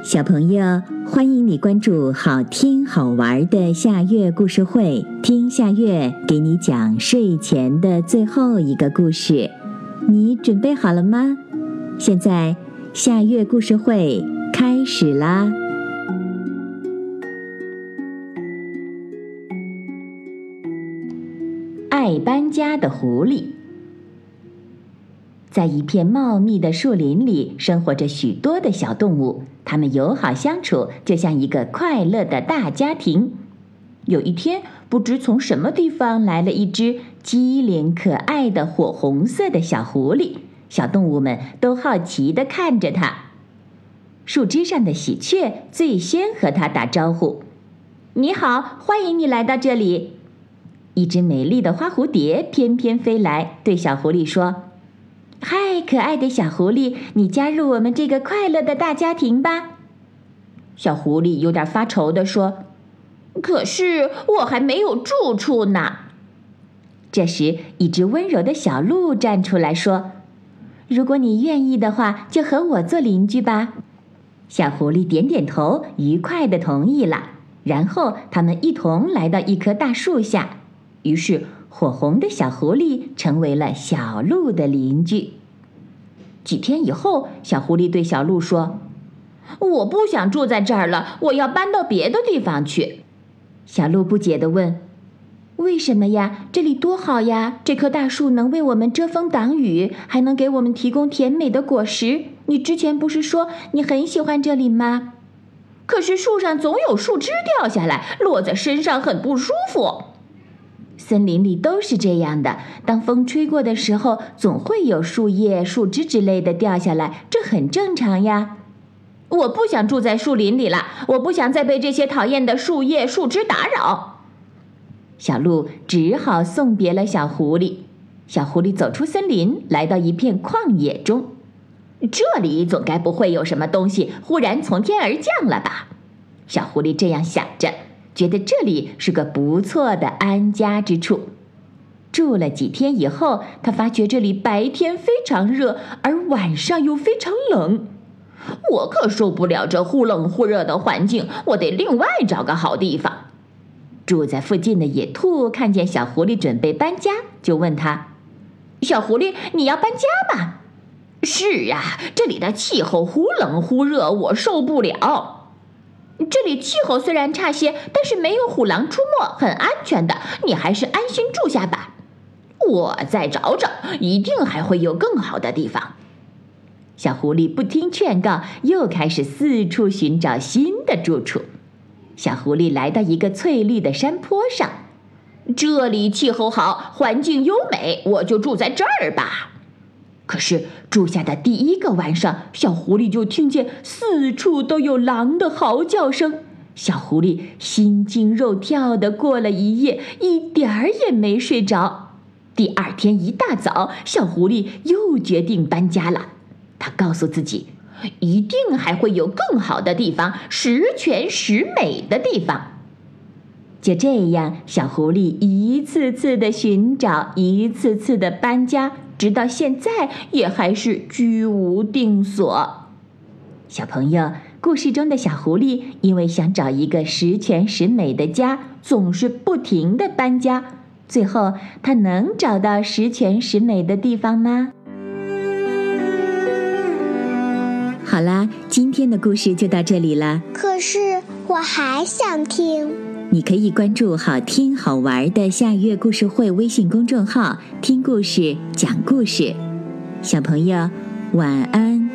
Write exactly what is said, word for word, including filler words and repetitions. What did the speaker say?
小朋友，欢迎你关注好听好玩的夏月故事会，听夏月给你讲睡前的最后一个故事。你准备好了吗？现在夏月故事会开始啦！爱搬家的狐狸。在一片茂密的树林里，生活着许多的小动物，它们友好相处，就像一个快乐的大家庭。有一天，不知从什么地方来了一只机灵可爱的火红色的小狐狸，小动物们都好奇地看着它。树枝上的喜鹊最先和它打招呼：“你好，欢迎你来到这里。”一只美丽的花蝴蝶翩翩飞来，对小狐狸说：“嗨，可爱的小狐狸，你加入我们这个快乐的大家庭吧。”小狐狸有点发愁地说：“可是我还没有住处呢。”这时，一只温柔的小鹿站出来说：“如果你愿意的话，就和我做邻居吧。”小狐狸点点头，愉快地同意了。然后，他们一同来到一棵大树下。于是，火红的小狐狸成为了小鹿的邻居。几天以后，小狐狸对小鹿说：“我不想住在这儿了，我要搬到别的地方去。”小鹿不解地问：“为什么呀？这里多好呀！这棵大树能为我们遮风挡雨，还能给我们提供甜美的果实。你之前不是说你很喜欢这里吗？”可是树上总有树枝掉下来，落在身上很不舒服。森林里都是这样的，当风吹过的时候，总会有树叶、树枝之类的掉下来，这很正常呀。我不想住在树林里了，我不想再被这些讨厌的树叶、树枝打扰。小鹿只好送别了小狐狸。小狐狸走出森林，来到一片旷野中。这里总该不会有什么东西忽然从天而降了吧？小狐狸这样想着，觉得这里是个不错的安家之处。住了几天以后，他发觉这里白天非常热，而晚上又非常冷。我可受不了这忽冷忽热的环境，我得另外找个好地方。住在附近的野兔看见小狐狸准备搬家，就问他：“小狐狸，你要搬家吗？”“是啊，这里的气候忽冷忽热，我受不了。”“这里气候虽然差些，但是没有虎狼出没，很安全的，你还是安心住下吧。”“我再找找，一定还会有更好的地方。”小狐狸不听劝告，又开始四处寻找新的住处。小狐狸来到一个翠绿的山坡上，“这里气候好，环境优美，我就住在这儿吧。”可是住下的第一个晚上，小狐狸就听见四处都有狼的嚎叫声。小狐狸心惊肉跳地过了一夜，一点儿也没睡着。第二天一大早，小狐狸又决定搬家了。他告诉自己，一定还会有更好的地方，十全十美的地方。就这样，小狐狸一次次的寻找，一次次的搬家，直到现在也还是居无定所。小朋友，故事中的小狐狸因为想找一个十全十美的家，总是不停的搬家。最后，它能找到十全十美的地方吗？好啦，今天的故事就到这里了。 可是我还想听。 你可以关注好听好玩的夏月故事会微信公众号，听故事，讲故事。小朋友，晚安。